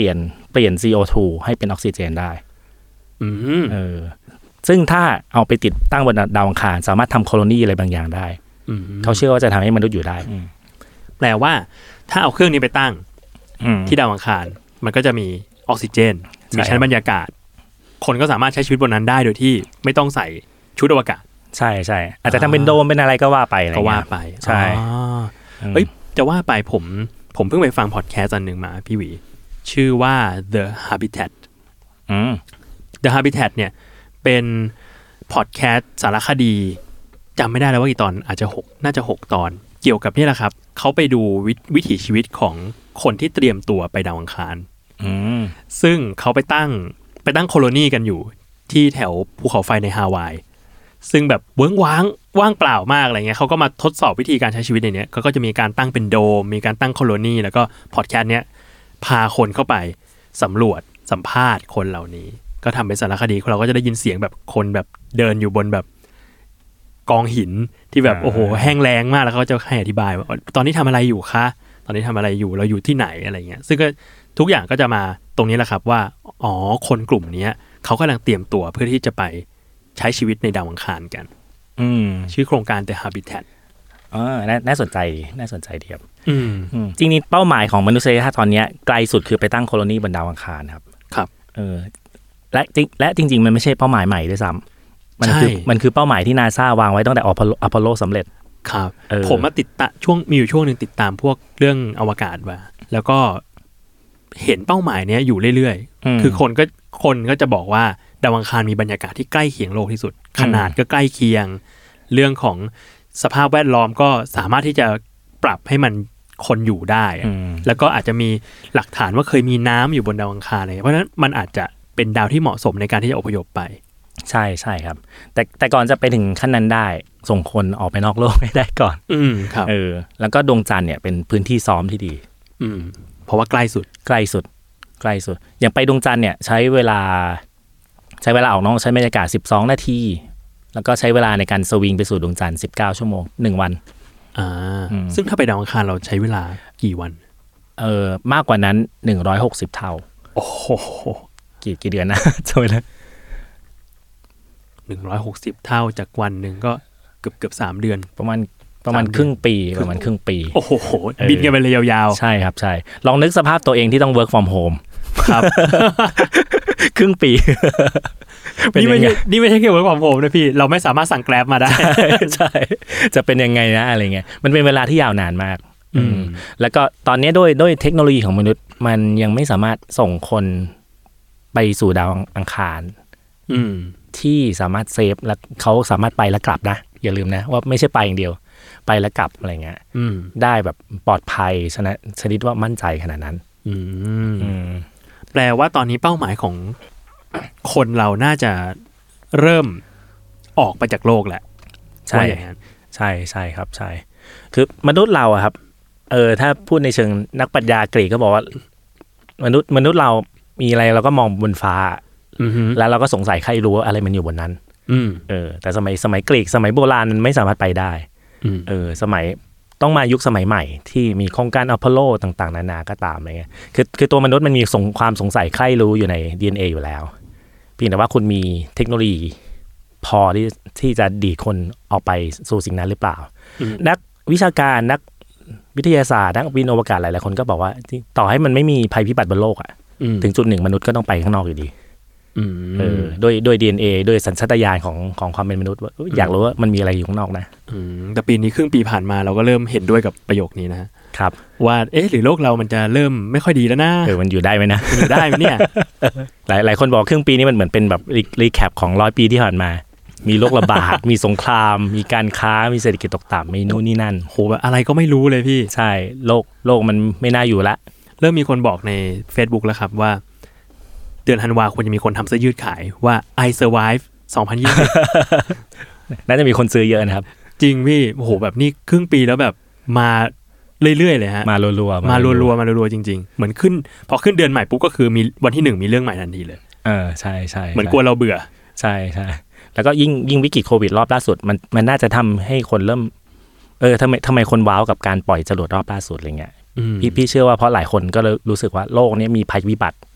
เปลี่ยน ซี โอ ทู ให้เป็นออกซิเจนได้อืมเออซึ่งถ้าเอาไปติดตั้งบนดาวอังคารสามารถทำโคโลนีอะไรบางอย่างได้เขาเชื่อว่าจะทำให้มนุษย์อยู่ได้แปลว่าถ้าเอาเครื่องนี้ไปตั้งที่ดาวอังคารมันก็จะมีออกซิเจนมีชั้นบรรยากาศคนก็สามารถใช้ชีวิตบนนั้นได้โดยที่ไม่ต้องใส่ชุดอวกาศใช่ใช่อาจจะทำเป็นโดมเป็นอะไรก็ว่าไปอะไรก็ว่าไปใช่เอ้ยจะว่าไปผมผมเพิ่งไปฟังพอดแคสต์อันหนึ่งมาพี่หวีชื่อว่า The Habitat อืม The Habitat เนี่ยเป็นพอดแคสต์สารคดีจำไม่ได้แล้วว่ากี่ตอนอาจจะหกน่าจะหกตอนเกี่ยวกับนี่แหละครับเขาไปดูววิถีชีวิตของคนที่เตรียมตัวไปดาวอังคารซึ่งเขาไปตั้งไปตั้งโคโลนีกันอยู่ที่แถวภูเขาไฟในฮาวายซึ่งแบบเวิ้งว้างว่างเปล่ามากอะไรเงี้ยเขาก็มาทดสอบวิธีการใช้ชีวิตในเนี้ยเขาก็จะมีการตั้งเป็นโดมมีการตั้งโคโลนีแล้วก็พอดแคสต์เนี้ยพาคนเข้าไปสำรวจสัมภาษณ์คนเหล่านี้ก็ทำเป็นสารคดีเราก็จะได้ยินเสียงแบบคนแบบเดินอยู่บนแบบกองหินที่แบบโอ้โหแห้งแล้งมากแล้วเขาจะให้อธิบายว่าตอนนี้ทำอะไรอยู่คะตอนนี้ทำอะไรอยู่เราอยู่ที่ไหนอะไรเงี้ยซึ่งก็ทุกอย่างก็จะมาตรงนี้แหละครับว่าอ๋อคนกลุ่มนี้เขากำลังเตรียมตัวเพื่อที่จะไปใช้ชีวิตในดาวอังคารกันอืมชื่อโครงการ The Habitat อ๋อน่าสนใจน่าสนใจดีครับอืมจริงๆเป้าหมายของมนุษยชาติตอนนี้ไกลสุดคือไปตั้งโคโลนีบนดาวอังคารครับครับเออและจริงและจริงๆมันไม่ใช่เป้าหมายใหม่ด้วยซ้ำมันคือมันคือเป้าหมายที่ NASA วางไว้ตั้งแต่อพอลโลสำเร็จครับผมมาติดตามช่วงมีอยู่ช่วงนึงติดตามพวกเรื่องอวกาศว่าแล้วก็เห็นเป้าหมายเนี้ยอยู่เรื่อยๆคือคนก็คนก็จะบอกว่าดาวอังคารมีบรรยากาศที่ใกล้เคียงโลกที่สุดขนาดก็ใกล้เคียงเรื่องของสภาพแวดล้อมก็สามารถที่จะปรับให้มันคนอยู่ได้แล้วก็อาจจะมีหลักฐานว่าเคยมีน้ำอยู่บนดาวอังคารอะไรเพราะฉะนั้นมันอาจจะเป็นดาวที่เหมาะสมในการที่จะอพยพไปใช่ใช่ครับแต่แต่ก่อนจะไปถึงขั้นนั้นได้ส่งคนออกไปนอกโลกให้ได้ก่อนอืมครับเออแล้วก็ดวงจันทร์เนี่ยเป็นพื้นที่ซ้อมที่ดีอืมเพราะว่าใกล้สุดใกล้สุดใกล้สุดอย่างไปดวงจันทร์เนี่ยใช้เวลาใช้เวลาออกนอกใช้บรรยากาศสิบสองนาทีแล้วก็ใช้เวลาในการสวิงไปสู่ดวงจันทร์สิบเก้าชั่วโมงหนึ่งวันอ่าซึ่งถ้าไปดาวอังคารเราใช้เวลากี่วันเออมากกว่านั้นหนึ่งร้อยหกสิบเท่าโอ้โหกี่กี่เดือนนะจำไม่ได้หนึ่งร้อยหกสิบเท่าจากวันนึงก็เกือบๆสามเดือนประมาณประมาณครึ่งปีประมาณครึ่งปีโอ้โหบินกันไปเลยยาวๆใช่ครับใช่ลองนึกสภาพตัวเองที่ต้อง work from home ครับครึ่งปีนี่ไม่ใช่นี่ไม่ใช่แค่ work from home นะพี่เราไม่สามารถสั่ง Grab มาได้ใช่จะเป็นยังไงนะอะไรเงี้ยมันเป็นเวลาที่ยาวนานมากอืมแล้วก็ตอนนี้ด้วยด้วยเทคโนโลยีของมนุษย์มันยังไม่สามารถส่งคนไปสู่ดาวอังคารอืมที่สามารถเซฟแล้วเขาสามารถไปแล้วกลับนะอย่าลืมนะว่าไม่ใช่ไปอย่างเดียวไปแล้วกลับอะไรเงี้ยได้แบบปลอดภัยชนะชนิดว่ามั่นใจขนาดนั้นอืมแปลว่าตอนนี้เป้าหมายของคนเราน่าจะเริ่มออกไปจากโลกแหละใช่ใช่ใช่ครับใช่คือมนุษย์เราอะครับเออถ้าพูดในเชิงนักปรัชญากรีกก็บอกว่ามนุษย์มนุษย์เรามีอะไรเราก็มองบนฟ้าแล้วเราก็สงสัยใครรู้ว่าอะไรมันอยู่บนนั้นเออแต่สมัยสมัยกรีกสมัยโบราณมันไม่สามารถไปได้เออสมัยต้องมายุคสมัยใหม่ที่มีโครงการอพอลโลต่างๆนานาก็ตามอะไรเงี้ยคือคือตัวมนุษย์มันมีสงความสงสัยใครรู้อยู่ใน ดี เอ็น เอ อยู่แล้วเพียงแต่ว่าคุณมีเทคโนโลยีพอที่ที่จะดีดคนออกไปสู่สิ่งนั้นหรือเปล่านักวิชาการนักวิทยาศาสตร์นักวิทยาอวกาศหลายๆคนก็บอกว่าต่อให้มันไม่มีภัยพิบัติบนโลกอ่ะถึงจุดหนึ่งมนุษย์ก็ต้องไปข้างนอกอยู่ดีเออโดยโดย ดี เอ็น เอ โดยสัญชาตญาณของของความเป็นมนุษย์ว่าอยากรู้ว่ามันมีอะไรอยู่ข้างนอกนะแต่ปีนี้ครึ่งปีผ่านมาเราก็เริ่มเห็นด้วยกับประโยคนี้นะครับว่าเอ๊ะหรือโลกเรามันจะเริ่มไม่ค่อยดีแล้วนะเออมันอยู่ได้ไหมนะอยู่ได้ไหมเนี่ยหลายหลายคนบอกครึ่งปีนี้มันเหมือนเป็นแบบรีแคปของร้อยปีที่ผ่านมามีโรคระบาดมีสงครามมีการค้ามีเศรษฐกิจตกต่ำมีนู่นนี่นั่นโหแบบอะไรก็ไม่รู้เลยพี่ใช่โลกโลกมันไม่น่าอยู่ละเริ่มมีคนบอกใน Facebook แล้วครับว่าเดือนธันวาคมจะมีคนทำเสื้อยืดขายว่า I survive สองพันยี่สิบน่าจะมีคนซื้อเยอะนะครับจริงพี่โอ้โหแบบนี้ครึ่งปีแล้วแบบมาเรื่อยๆเลยฮะมารัวๆมารัวๆมารัวๆจริงๆเหมือนขึ้นพอขึ้นเดือนใหม่ปุ๊บก็คือมีวันที่หนึ่งมีเรื่องใหม่ทันทีเลยเออใช่ๆเหมือนกลัวเราเบื่อใช่ๆแล้วก็ยิ่งยิ่งวิกฤตโควิดรอบล่าสุดมันมันน่าจะทำให้คนเริ่มเออทำไมทำไมคนว้าวกับการปล่อยจรวดรอบล่าสุดอะไรเงี้ยพี่พี่เชื่อว่าเพราะหลายคนก็รู้สึกว่าโลกนี้มีภัยพิบัติ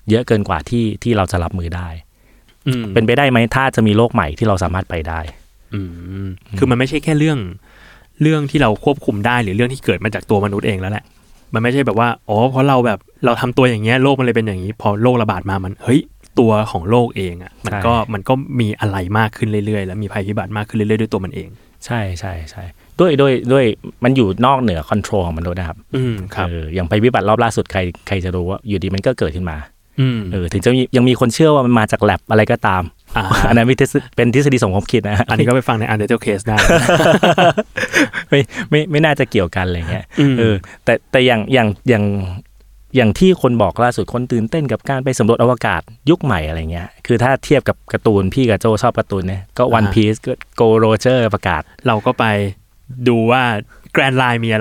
เยอะเกินกว่าที่ที่เราจะรับมือได้เป็นไปได้ไหมถ้าจะมีโลกใหม่ที่เราสามารถไปได้อืมคือมันไม่ใช่แค่เรื่องเรื่องที่เราควบคุมได้หรือเรื่องที่เกิดมาจากตัวมนุษย์เองแล้วแหละมันไม่ใช่แบบว่าอ๋อเพราะเราแบบเราทำตัวอย่างเงี้ยโลกมันเลยเป็นอย่างนี้พอโรคระบาดมามันเฮ้ยตัวของโลกเองอ่ะมันก็มันก็มีอะไรมากขึ้นเรื่อยๆแล้วมีภัยพิบัติมากขึ้นเรื่อยๆด้วยตัวมันเองใช่ใช่ใช่ด้วยด้วยด้วยมันอยู่นอกเหนือคอนโทรลของมนุษย์นะครับอืมครับเอออย่างภัยพิบัติรอบล่าสุดใครใครจะรู้ว่าอยู่ดีมันก็เกิดขึ้นมาเออถึงจะยังมีคนเชื่อว่ามันมาจากแลบอะไรก็ตามอันนั้นเป็นทฤษฎีสมคบคิดนะอันนี้ก็ไปฟังใน Undertale Case ได้ไม่ไม่ไม่น่าจะเกี่ยวกันอะไรเงี้ยเออแต่แต่อย่างอย่างอย่างอย่างที่คนบอกล่าสุดคนตื่นเต้นกับการไปสำรวจอวกาศยุคใหม่อะไรเงี้ยคือถ้าเทียบกับการ์ตูนพี่กับโจชอบการ์ตูนเนี่ยก็ One Piece ก็ Go Roger ประกาศเราก็ไปดูว่า Grand Line มีอะไร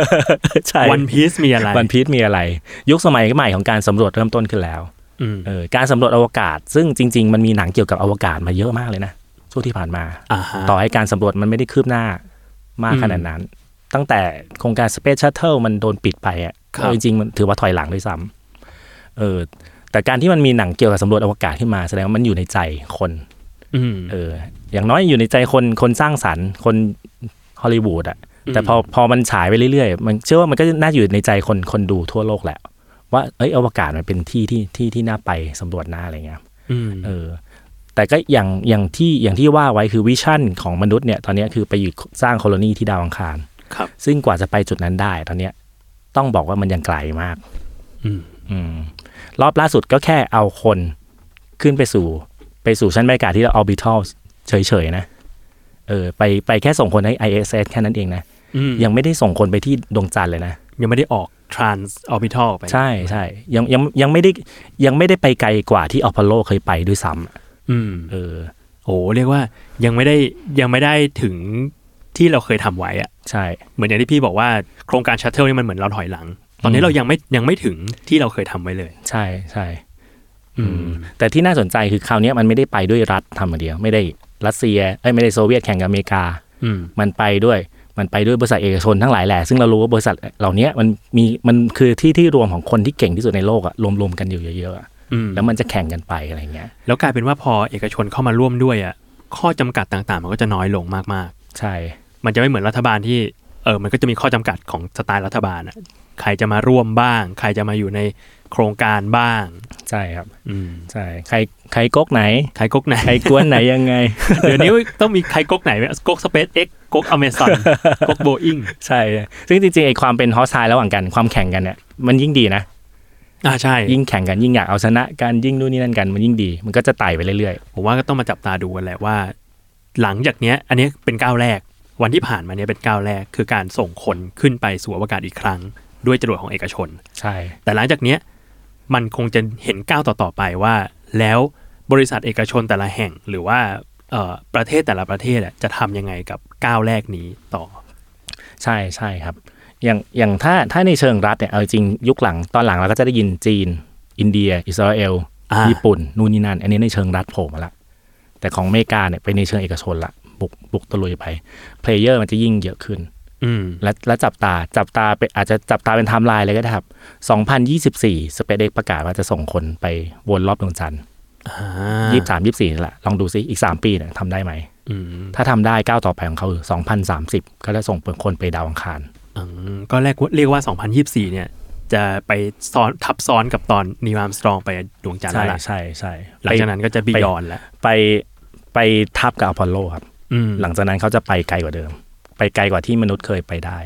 One Piece มีอะไร One Piece มีอะไรยุคสมัยใหม่ของการสำรวจเริ่มต้นขึ้นแล้วเออการสำรวจอวกาศซึ่งจริงๆมันมีหนังเกี่ยวกับอวกาศมาเยอะมากเลยนะช่วงที่ผ่านมาต่อให้การสำรวจมันไม่ได้คืบหน้ามากขนาดนั้นตั้งแต่โครงการ Space Shuttle มันโดนปิดไปอ่ะจริงๆมันถือว่าถอยหลังด้วยซ้ำเออแต่การที่มันมีหนังเกี่ยวกับสำรวจอวกาศขึ้นมาแสดงว่ามันอยู่ในใจคนเอออย่างน้อยอยู่ในใจคนคนสร้างสรรค์คนฮอลลีวูดอ่ะแต่พอพอมันฉายไปเรื่อยๆมันเชื่อว่ามันก็น่าอยู่ในใจคนคนดูทั่วโลกแหละว่าเอ้ยอวกาศมันเป็นที่ที่ที่ที่น่าไปสำรวจน่าอะไรเงี้ยเออแต่ก็อย่างอย่างที่อย่างที่ว่าไว้คือวิชั่นของมนุษย์เนี่ยตอนนี้คือไปอยู่สร้างโคโลนีที่ดาวอังคารซึ่งกว่าจะไปจุดนั้นได้ตอนนี้ต้องบอกว่ามันยังไกลมากอืมรอบล่าสุดก็แค่เอาคนขึ้นไปสู่ไปสู่ชั้นบรรยากาศที่เราออร์บิทัลเฉยๆนะเออไปไปแค่ส่งคนให้ ไอ เอส เอส แค่นั้นเองนะยังไม่ได้ส่งคนไปที่ดวงจันทร์เลยนะยังไม่ได้ออก trans orbital ไปใช่ใช่ยังยังยังไม่ได้ยังไม่ได้ไปไกลกว่าที่อพอลโลเคยไปด้วยซ้ำอืมเออโอ้เรียกว่ายังไม่ได้ยังไม่ได้ถึงที่เราเคยทำไว้อ่ะใช่เหมือนอย่างที่พี่บอกว่าโครงการ shuttle นี่มันเหมือนเราถอยหลังตอนนี้เรายังไม่ยังไม่ถึงที่เราเคยทำไว้เลยใช่ใช่อืมแต่ที่น่าสนใจคือคราวนี้มันไม่ได้ไปด้วยรัฐทำมาเดียวไม่ได้รัสเซียเอ้ยไม่ได้โซเวียตแข่งกับอเมริกามันไปด้วยมันไปด้วยบริษัทเอกชนทั้งหลายแหละซึ่งเรารู้ว่าบริษัทเหล่านี้มันมีมันคือที่ที่รวมของคนที่เก่งที่สุดในโลกอะรวมๆกันอยู่เยอะๆแล้วมันจะแข่งกันไปอะไรเงี้ยแล้วกลายเป็นว่าพอเอกชนเข้ามาร่วมด้วยอะข้อจำกัดต่างๆมันก็จะน้อยลงมากๆใช่มันจะไม่เหมือนรัฐบาลที่เออมันก็จะมีข้อจำกัดของสไตล์รัฐบาลอะใครจะมาร่วมบ้างใครจะมาอยู่ในโครงการบ้างใช่ครับอืมใช่ใครใครก๊กไหนใครก๊กไหนใครกวนไหนยังไงเดี๋ยวนี้ต้องมีใครก๊กไหนก๊ก SpaceX ก๊ก Amazon ก๊ก Boeing ใช่ซึ่งจริงๆไอ้ความเป็นฮอสไทล์ระหว่างกันความแข่งกันเนี่ยมันยิ่งดีนะอ่าใช่ยิ่งแข่งกันยิ่งอยากเอาชนะกันยิ่งนู่นนี่นั่นกันมันยิ่งดีมันก็จะไต่ไปเรื่อยๆผมว่าก็ต้องมาจับตาดูกันแหละว่าหลังจากเนี้ยอันนี้เป็นก้าวแรกวันที่ผ่านมาเนี้ยเป็นก้าวแรกคือการส่งคนขึ้นไปสู่อวกาศอีกครั้งด้วยจรวดของเอกชนใช่แต่หลังจากเนี้ยมันคงจะเห็นก้าวต่อๆไปว่าแล้วบริษัทเอกชนแต่ละแห่งหรือว่าเอ่อประเทศแต่ละประเทศจะทำยังไงกับก้าวแรกนี้ต่อใช่ใช่ครับอย่างอย่างถ้าถ้าในเชิงรัฐเนี่ยเอาจริงยุคหลังตอนหลังเราก็จะได้ยินจีนอินเดียอิสราเอลญี่ปุ่นนู่นนี่นั่นอันนี้ในเชิงรัฐโผล่มาละแต่ของอเมริกาเนี่ยไปในเชิงเอกชนละบุกบุกตะลุยไปเพลเยอร์มันจะยิ่งเยอะขึ้นและและจับตาจับตาเป็นอาจจะจับตาเป็นไทม์ไลน์เลยก็ได้ครับสองพันยี่สิบสี่ SpaceX ประกาศว่าจะส่งคนไปวนรอบดวงจันทร์ยี่สิบสาม ยี่สิบสี่นั่นแหละลองดูซิอีกสามปีเนี่ยทำได้ไหมถ้าทำได้ก้าวต่อไปของเขาคือสองพันสามสิบก็จะส่งคนไปดาวอังคารก็แรกเรียกว่าสองพันยี่สิบสี่เนี่ยจะไปซ้อนทับซ้อนกับตอนนีล อาร์มสตรองไปดวงจันทร์แล้วล่ะใช่ใช่หลังจากนั้นก็จะบียอนแล้วไปไปทับกับอพอลโลครับหลังจากนั้นเขาจะไปไกลกว่าเดิมไปไกลกว่าที่มนุษย์เคยไปได้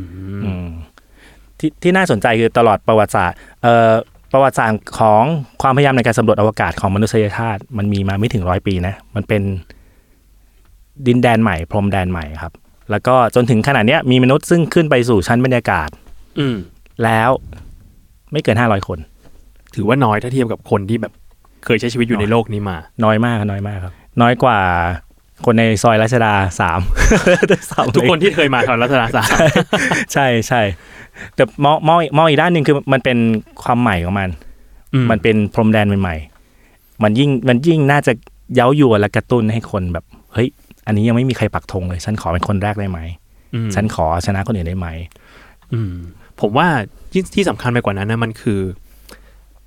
ที่ที่น่าสนใจคือตลอดประวัติศาสตร์เอ่อประวัติศาสตร์ของความพยายามในการสำรวจอวกาศของมนุษยชาติมันมีมาไม่ถึงร้อยปีนะมันเป็นดินแดนใหม่พรมแดนใหม่ครับแล้วก็จนถึงขนาดนี้มีมนุษย์ซึ่งขึ้นไปสู่ชั้นบรรยากาศแล้วไม่เกินห้าร้อยคนถือว่าน้อยถ้าเทียบกับคนที่แบบเคยใช้ชีวิตอยู่ในโลกนี้มาน้อยมากน้อยมากครับน้อยกว่าคนในซอยรัชดาสามทุกคนที่เคยมาซอยรัชดาสามใช่ใช่แต่มองมองมองอีกด้านนึงคือมันเป็นความใหม่ของมันมันเป็นพรมแดนใหม่ๆมันยิ่งมันยิ่งน่าจะเย้ายวนและกระตุ้นให้คนแบบเฮ้ยอันนี้ยังไม่มีใครปักธงเลยฉันขอเป็นคนแรกได้ไหมฉันขอชนะคนอื่นได้ไหมผมว่าที่ที่สำคัญไปกว่านั้นนะมันคือ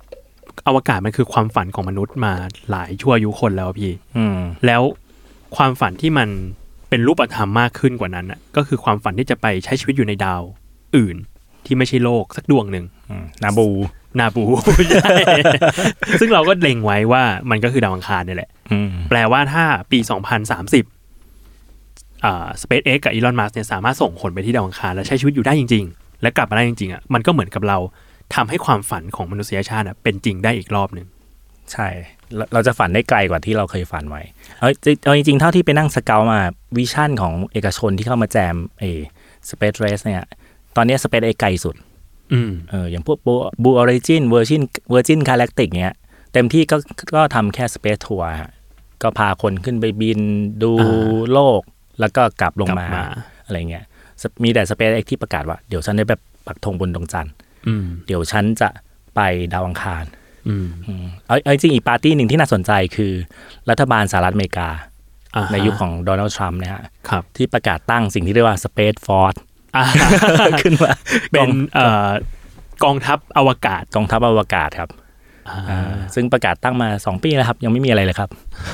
อวกาศมันคือความฝันของมนุษย์มาหลายชั่วอายุคนแล้วพี่แล้วความฝันที่มันเป็นรูปธรรมมากขึ้นกว่านั้นอ่ะก็คือความฝันที่จะไปใช้ชีวิตอยู่ในดาวอื่นที่ไม่ใช่โลกสักดวงหนึ่งนาบูนาบู ซึ่งเราก็เล็งไว้ว่ามันก็คือดาวอังคารนี่แหละแปลว่าถ้าปีสองพันสามสิบอ่า SpaceX กับ Elon Musk เนี่ยสามารถส่งคนไปที่ดาวอังคารและใช้ชีวิตอยู่ได้จริงๆและกลับมาได้จริงๆอ่ะมันก็เหมือนกับเราทำให้ความฝันของมนุษยชาติเป็นจริงได้อีกรอบหนึ่งใช่เราจะฝันได้ไกลกว่าที่เราเคยฝันไว้เอาเอาจริงๆเท่าที่ไปนั่งสเกลมาวิชั่นของเอกชนที่เข้ามาแจมเอ Space Race เนี่ยตอนนี้ SpaceX ไกลสุดเอออย่างพวก Blue Origin Virgin Virgin Galactic เนี้ยเต็มที่ก็ก็ทำแค่ Space Tour ฮะก็พาคนขึ้นไปบินดูโลกแล้วก็กลับลงมาอะไรเงี้ยมีแต่ SpaceX ที่ประกาศว่าเดี๋ยวฉันได้แบบปักธงบนดวงจันทร์เดี๋ยวฉันจะไปดาวอังคารเอาเอาจริงอีกปาร์ตี้หนึ่งที่น่าสนใจคือรัฐบาลสหรัฐอเมริกาในยุคของโดนัลด์ทรัมป์เนี่ยที่ประกาศตั้งสิ่งที่เรียกว่า Space Force ขึ้นมาเป็นกองทัพอวกาศกองทัพอวกาศครับซึ่งประกาศตั้งมาสองปีแล้วครับยังไม่มีอะไรเลยครับ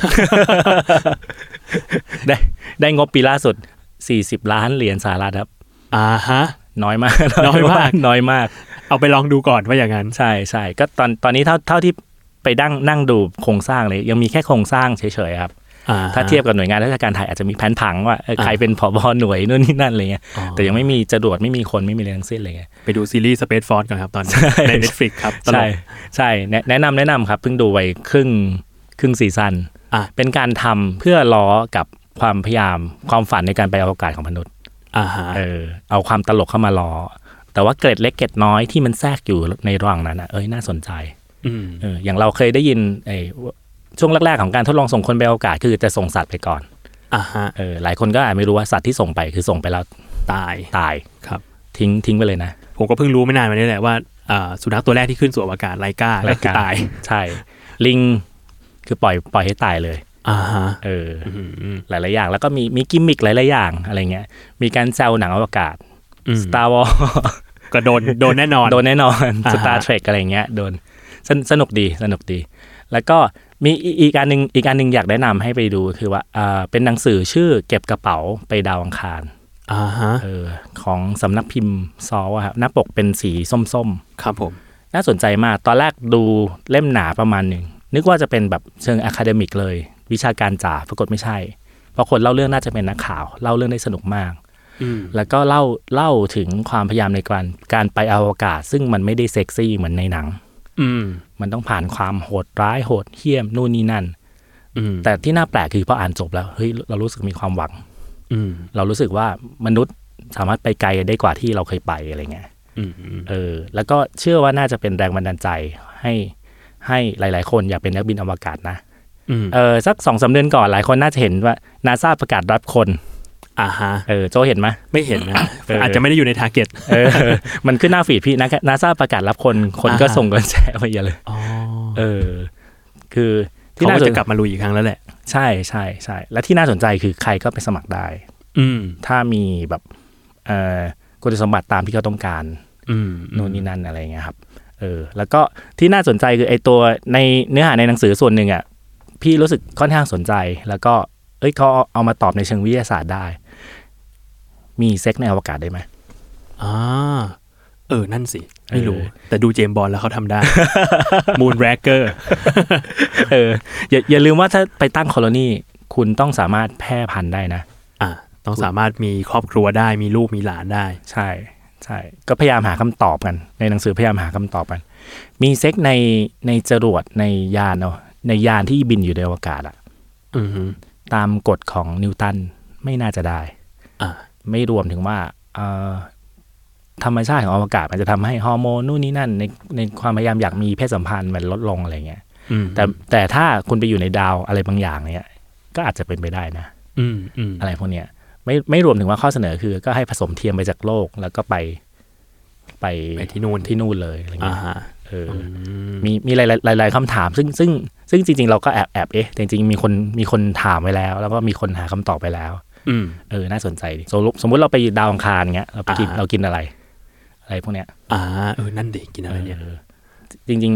ได้ได้งบปีล่าสุดสี่สิบล้านเหรียญสหรัฐครับอ่าฮะน้อยมากน้อยมากน้อยมากเอาไปลองดูก่อนว่าอย่างนั้นใช่ใช่ก็ตอนตอนนี้เท่าเท่าที่ไปนั่งนั่งดูโครงสร้างเลยยังมีแค่โครงสร้างเฉยๆครับถ้าเทียบกับหน่วยงานราชการไทยอาจจะมีแผนผังว่าใครเป็นผบ.หน่วยนู่นนี่นั่นอะไรเงี้ยแต่ยังไม่มีจรวดไม่มีคนไม่มีอะไรทั้งสิ้นเลยไปดูซีรีส์ Space Force กันครับตอนนี้ใน Netflix ครับใช่ใช่แนะนำแนะนำครับเพิ่งดูไปครึ่งครึ่งซีซั่นเป็นการทำเพื่อล้อกับความพยายามความฝันในการไปอวกาศของมนุษย์เออเอาความตลกเข้ามาล้อแต่ว่าเกร็ดเล็กเกร็ดน้อยที่มันแทรกอยู่ในระหว่างนั้นอ่ะเอ้ยน่าสนใจเอออย่างเราเคยได้ยินไอ้ช่วงแรกๆของการทดลองส่งคนไปอวกาศคือจะส่งสัตว์ไปก่อนอ่าฮะเออหลายคนก็อาจไม่รู้ว่าสัตว์ที่ส่งไปคือส่งไปแล้วตายตายครับทิ้งทิ้งไปเลยนะผมก็เพิ่งรู้ไม่นานมานี้แหละว่าอ่าสุนัขตัวแรกที่ขึ้นสู่อวกาศไลกาแล้วตายใช่ลิงคือปล่อยปล่อยให้ตายเลยอ่าฮะเออหลายๆอย่างแล้วก็มีมีกิมมิคหลายๆอย่างอะไรเงี้ยมีการแซวหนังอวกาศ Star Wars ก็โดนโดนแน่นอนโดนแน่นอน Star Trek อะไรเงี้ยโดนสนุกดีสนุกดีแล้วก็มีอีกอันนึงอีกอันนึงอยากแนะนำให้ไปดูคือว่าอ่าเป็นหนังสือชื่อเก็บกระเป๋าไปดาวอังคารอ่าฮะเออของสำนักพิมพ์ซอครับหน้าปกเป็นสีส้มๆครับผมน่าสนใจมากตอนแรกดูเล่มหนาประมาณนึงนึกว่าจะเป็นแบบเชิงอะคาเดมิกเลยวิชาการจ๋าปรากฏไม่ใช่เพราะคนเล่าเรื่องน่าจะเป็นนักข่าวเล่าเรื่องได้สนุกมากแล้วก็เล่าเล่าถึงความพยายามในการการไปอวกาศซึ่งมันไม่ได้เซ็กซี่เหมือนในหนังมันต้องผ่านความโหดร้ายโหดเหี้ยมนู่นนี่นั่นแต่ที่น่าแปลกคือพออ่านจบแล้วเฮ้ยเรารู้สึกมีความหวังเรารู้สึกว่ามนุษย์สามารถไปไกลได้กว่าที่เราเคยไปอะไรเงี้ยเออแล้วก็เชื่อว่าน่าจะเป็นแรงบันดาลใจให้ให้หลายๆคนอยากเป็นนักบินอวกาศนะเออสักสองสามเดือนก่อนหลายคนน่าจะเห็นว่า NASA ประกาศรับคนอ่าฮะเออโจเห็นไหมไม่เห็นนะอาจจะไม่ได้อยู่ในทาร์เก็ตเออมันขึ้นหน้าฟีดพี่นะ NASA ประกาศรับคนคนก็ส่งกันแชร์ไปเยอะเลยอ๋อเออคือที่น่าจะกลับมาลุยอีกครั้งแล้วแหละใช่ใช่ใช่และที่น่าสนใจคือใครก็ไปสมัครได้อืมถ้ามีแบบเอ่อคุณสมบัติตามที่เขาต้องการอืมนู่นนี่นั่นอะไรเงี้ยครับเออแล้วก็ที่น่าสนใจคือไอ้ตัวในเนื้อหาในหนังสือส่วนหนึ่งอ่ะพี่รู้สึกค่อนข้างสนใจแล้วก็เอ้ยเขาเอามาตอบในเชิงวิทยาศาสตร์ได้มีเซ็กในอวกาศได้ไหมอ่าเออนั่นสิไม่รู้แต่ดูเจมส์บอนด์แล้วเขาทำได้ มูนแร็กเกอร์เอออย่าอย่าลืมว่าถ้าไปตั้งคอลโลนีคุณต้องสามารถแพร่พันธุ์ได้นะอ่าต้องสามารถมีครอบครัวได้มีลูกมีหลานได้ใช่ใช่ก็พยายามหาคำตอบกันในหนังสือพยายามหาคำตอบกันมีเซ็กในในจรวดในยานเนาะในยานที่บินอยู่ในอวกาศอ่ะตามกฎของนิวตันไม่น่าจะได้อ่าไม่รวมถึงว่าเอ่อธรรมชาติของอวกาศมันจะทำให้ฮอร์โมนนู่นนี่นั่นในในความพยายามอยากมีเพศสัมพันธ์มันลดลงอะไรเงี้ยแต่แต่ถ้าคุณไปอยู่ในดาวอะไรบางอย่างเนี้ยก็อาจจะเป็นไปได้นะอะไรพวกเนี้ยไม่ไม่รวมถึงว่าข้อเสนอคือก็ให้ผสมเทียมไปจากโลกแล้วก็ไปไปไปที่นู่นที่นู่นเลยอะไรเงี้ยเออมีมีหลายหลายคำถามซึ่งซึ่งซึ่งจริงๆเราก็แอบแอบเอ๊ะจริงๆมีคนมีคนถามไว้แล้วแล้วก็มีคนหาคำตอบไปแล้วเออน่าสนใจดิสมมุติเราไปดาวอังคารเงี้ยเราไปกินเรากินอะไรอะไรพวกเนี้ยอ่าเออนั่นดิกินอะไรเนี่ยจริง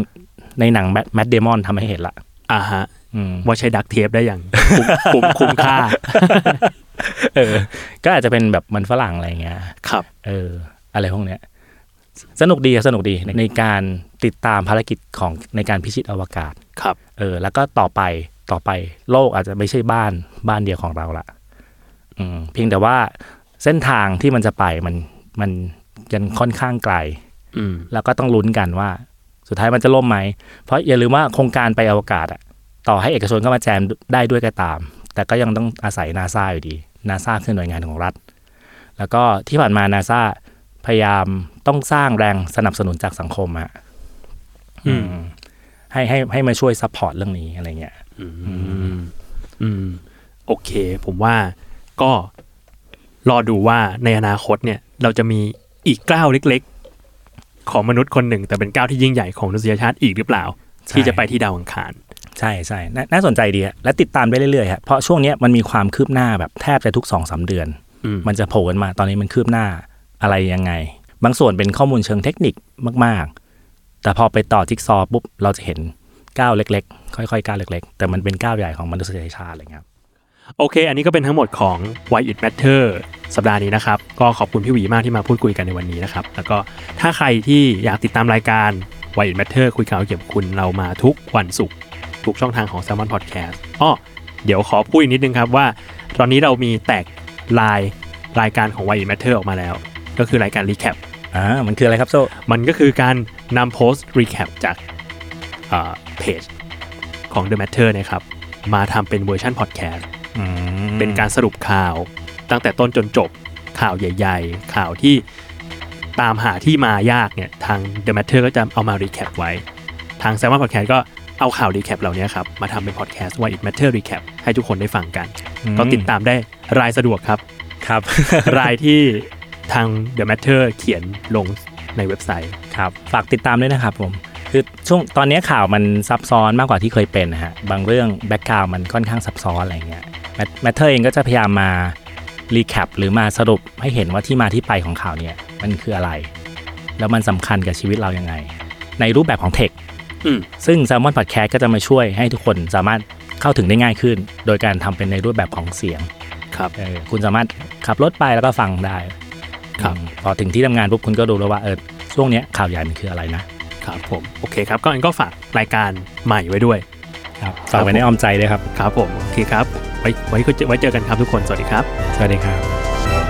ในหนังแมทเดมอนทำให้เห็นละอ่าฮะว่าใช้ดักเทปได้อย่างคุ้มคุ้มค่าเออก็อาจจะเป็นแบบมันฝรั่งอะไรเงี้ยครับเอออะไรพวกเนี้ยสนุกดีสนุกดีในการติดตามภารกิจของในการพิชิตอวกาศครับเออแล้วก็ต่อไปต่อไปโลกอาจจะไม่ใช่บ้านบ้านเดียวของเราละอืมเพียงแต่ว่าเส้นทางที่มันจะไปมันมันยังค่อนข้างไกลอืมแล้วก็ต้องลุ้นกันว่าสุดท้ายมันจะล่มไหมเพราะอย่าลืมว่าโครงการไปอวกาศอะต่อให้เอกชนเข้ามาแจมได้ด้วยก็ตามแต่ก็ยังต้องอาศัย NASA อยู่ดี NASA คือหน่วยงานของรัฐแล้วก็ที่ผ่านมา NASA พยายามต้องสร้างแรงสนับสนุนจากสังคมอะอืมให้ให้ให้มาช่วยซัพพอร์ตเรื่องนี้อะไรเงี้ยอืมอืมโอเคผมว่าก็รอดูว่าในอนาคตเนี่ยเราจะมีอีกก้าวเล็กๆของมนุษย์คนหนึ่งแต่เป็นก้าวที่ยิ่งใหญ่ของมนุษยชาติอีกหรือเปล่าที่จะไปที่ดาวอังคารใช่ใช่น่าสนใจดีและติดตามได้เรื่อยๆครับเพราะช่วงนี้มันมีความคืบหน้าแบบแทบจะทุก สองถึงสาม เดือนมันจะโผล่กันมาตอนนี้มันคืบหน้าอะไรยังไงบางส่วนเป็นข้อมูลเชิงเทคนิคมากๆแต่พอไปต่อจิ๊กซอว์ปุ๊บเราจะเห็นก้าวเล็กๆค่อยๆก้าวเล็กๆแต่มันเป็นก้าวใหญ่ของมนุษยชาติอะไรเงี้ยโอเคอันนี้ก็เป็นทั้งหมดของ Why It Matter สัปดาห์นี้นะครับก็ขอบคุณพี่หวีมากที่มาพูดคุยกันในวันนี้นะครับแล้วก็ถ้าใครที่อยากติดตามรายการ Why It Matter คุยข่าวเกี่ยวกับคุณเรามาทุกวันศุกร์ทุกช่องทางของ Salmon Podcast อ้อเดี๋ยวขอพูดอีกนิดนึงครับว่าตอนนี้เรามีแตกลายรายการของ Why It Matter ออกมาแล้วก็คือรายการ Recap อ่ามันคืออะไรครับโซมันก็คือการนำโพสต์ Recap จากอ่าเพจของ The Matter นะครับมาทำเป็นเวอร์ชัน Podcast เป็นการสรุปข่าวตั้งแต่ต้นจนจบข่าวใหญ่ๆข่าวที่ตามหาที่มายากเนี่ยทาง The Matter ก็จะเอามา Recap ไว้ทาง Salmon Podcast ก็เอาข่าว Recap เหล่านี้ครับมาทำเป็น Podcast Why It Matter Recap ให้ทุกคนได้ฟังกันก็ติดตามได้รายสะดวกครับครับรายที่ทาง The Matter เขียนลงในเว็บไซต์ครับฝากติดตามด้วยนะครับผมคือช่วงตอนนี้ข่าวมันซับซ้อนมากกว่าที่เคยเป็นนะฮะบางเรื่องแบ็คกราวด์มันค่อนข้างซับซ้อนอะไรเงี้ยแมทเทอร์เองก็จะพยายามมารีแคปหรือมาสรุปให้เห็นว่าที่มาที่ไปของข่าวเนี่ยมันคืออะไรแล้วมันสำคัญกับชีวิตเรายังไงในรูปแบบของเทคซึ่ง Salmon Podcast ก็จะมาช่วยให้ทุกคนสามารถเข้าถึงได้ง่ายขึ้นโดยการทำเป็นในรูปแบบของเสียงครับเออคุณสามารถขับรถไปแล้วก็ฟังได้ครับพอถึงที่ทำงานปุ๊บคุณก็รู้แล้วว่าเออช่วงนี้ข่าวใหญ่มันคืออะไรนะครับผมโอเคครับก็อันก็ฝากรายการใหม่ไว้ด้วยครับฝากไว้ในอ้อมใจด้วยครับครับผมโอเคครับไว้ไว้ไว้เจอกันครับทุกคนสวัสดีครับสวัสดีครับ